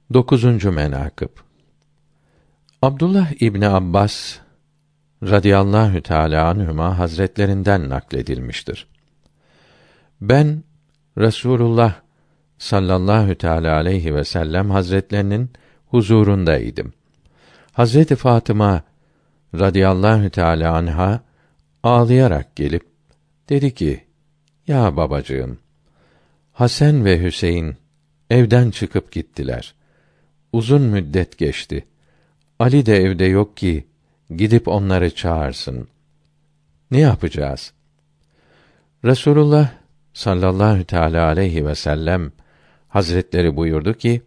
9. menakıb Abdullah İbni Abbas radıyallahu teâlâ anhuma hazretlerinden nakledilmiştir. Ben Resulullah sallallahu teâlâ aleyhi ve sellem hazretlerinin huzurundaydım. Hazreti Fatıma radıyallahu teâlâ anha ağlayarak gelip dedi ki: "Ya babacığım, Hasan ve Hüseyin evden çıkıp gittiler. Uzun müddet geçti. Ali de evde yok ki gidip onları çağırsın. Ne yapacağız?" Resulullah sallallahu teâlâ aleyhi ve sellem hazretleri buyurdu ki: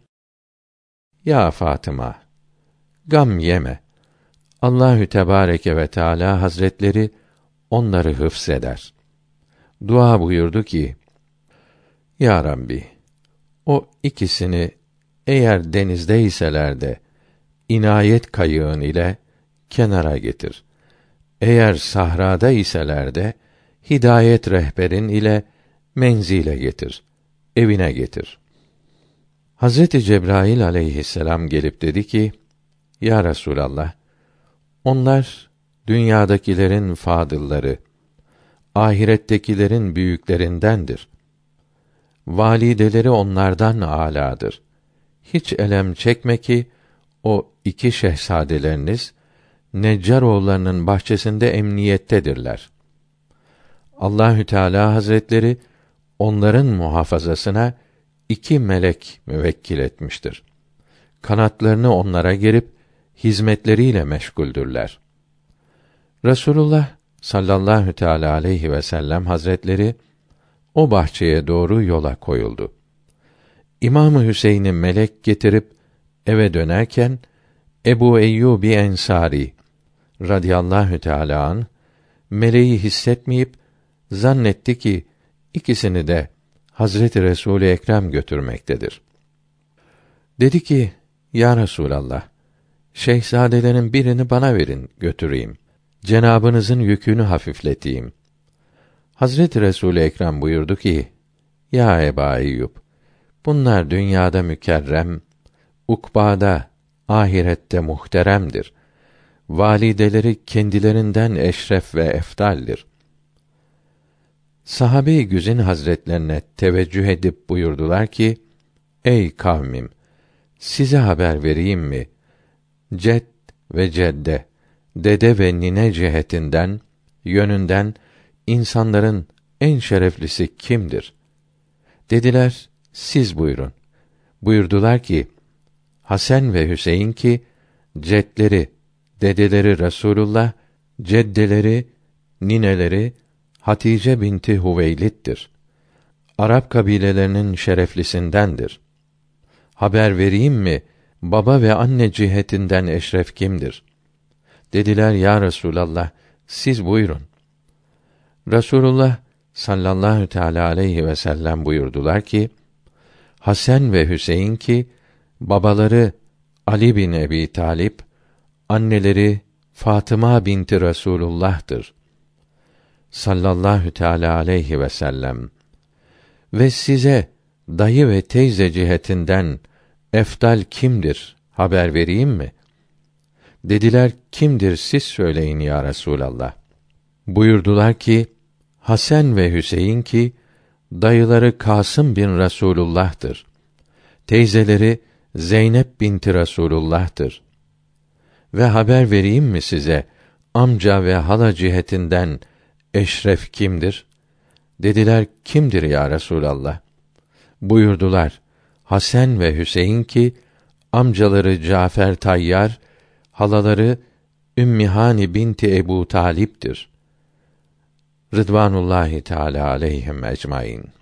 "Ya Fatıma, gam yeme. Allahü Tebareke ve Teâlâ hazretleri onları hıfzeder." Dua buyurdu ki: "Ya Rabbi, o ikisini eğer denizdeyseler de inayet kayığın ile kenara getir. Eğer sahrada iseler de hidayet rehberin ile menzile getir, evine getir." Hazreti Cebrail aleyhisselam gelip dedi ki: "Ya Resulallah, onlar dünyadakilerin fadılları, ahirettekilerin büyüklerindendir. Valideleri onlardan âlâdır. Hiç elem çekme ki o iki şehzadeleriniz Neccaroğullarının bahçesinde emniyettedirler. Allahü Teâlâ Hazretleri onların muhafazasına 2 melek müvekkil etmiştir. Kanatlarını onlara gerip hizmetleriyle meşguldürler." Resulullah sallallahu teâlâ aleyhi ve sellem hazretleri o bahçeye doğru yola koyuldu. İmam-ı Hüseyin'i melek getirip eve dönerken Ebu Eyyûb Ensari radıyallahu teâlâ anh meleği hissetmeyip zannetti ki ikisini de Hazreti Resul-i Ekrem götürmektedir. Dedi ki: "Ya Resulallah, şehzadelerin birini bana verin, götüreyim. Cenabınızın yükünü hafifleteyim." Hazreti Resul-i Ekrem buyurdu ki: "Ya Eba Eyyûb, bunlar dünyada mükerrem, ukbada, ahirette muhteremdir. Valideleri kendilerinden eşref ve efdaldir." Sahabe-i güzin hazretlerine teveccüh edip buyurdular ki: "Ey kavmim, size haber vereyim mi? Ced ve cedde, dede ve nine cihetinden, yönünden insanların en şereflisi kimdir?" Dediler: "Siz buyurun." Buyurdular ki: "Hasan ve Hüseyin ki ceddleri, dedeleri Resulullah, ceddeleri, nineleri Hatice binti Huveylid'dir. Arap kabilelerinin şereflisindendir. Haber vereyim mi, baba ve anne cihetinden eşref kimdir?" Dediler: "Ya Resulallah, siz buyurun." Resulullah sallallahu teâlâ aleyhi ve sellem buyurdular ki: "Hasan ve Hüseyin ki babaları Ali bin Ebi Talip, anneleri Fatıma binti Resulullah'tır sallallahu teâlâ aleyhi ve sellem. Ve size dayı ve teyze cihetinden efdal kimdir, haber vereyim mi?" Dediler: "Kimdir, siz söyleyin ya Resulallah." Buyurdular ki: "Hasan ve Hüseyin ki dayıları Kasım bin Resulullah'tır. Teyzeleri Zeynep binti Resulullah'tır. Ve haber vereyim mi size, amca ve hala cihetinden eşref kimdir?" Dediler: "Kimdir ya Resulallah?" Buyurdular: "Hasan ve Hüseyin ki amcaları Cafer Tayyar, halaları Ümmihani binti Ebu Talip'tir. Rıdvanullahi Teâlâ aleyhim ecmaîn."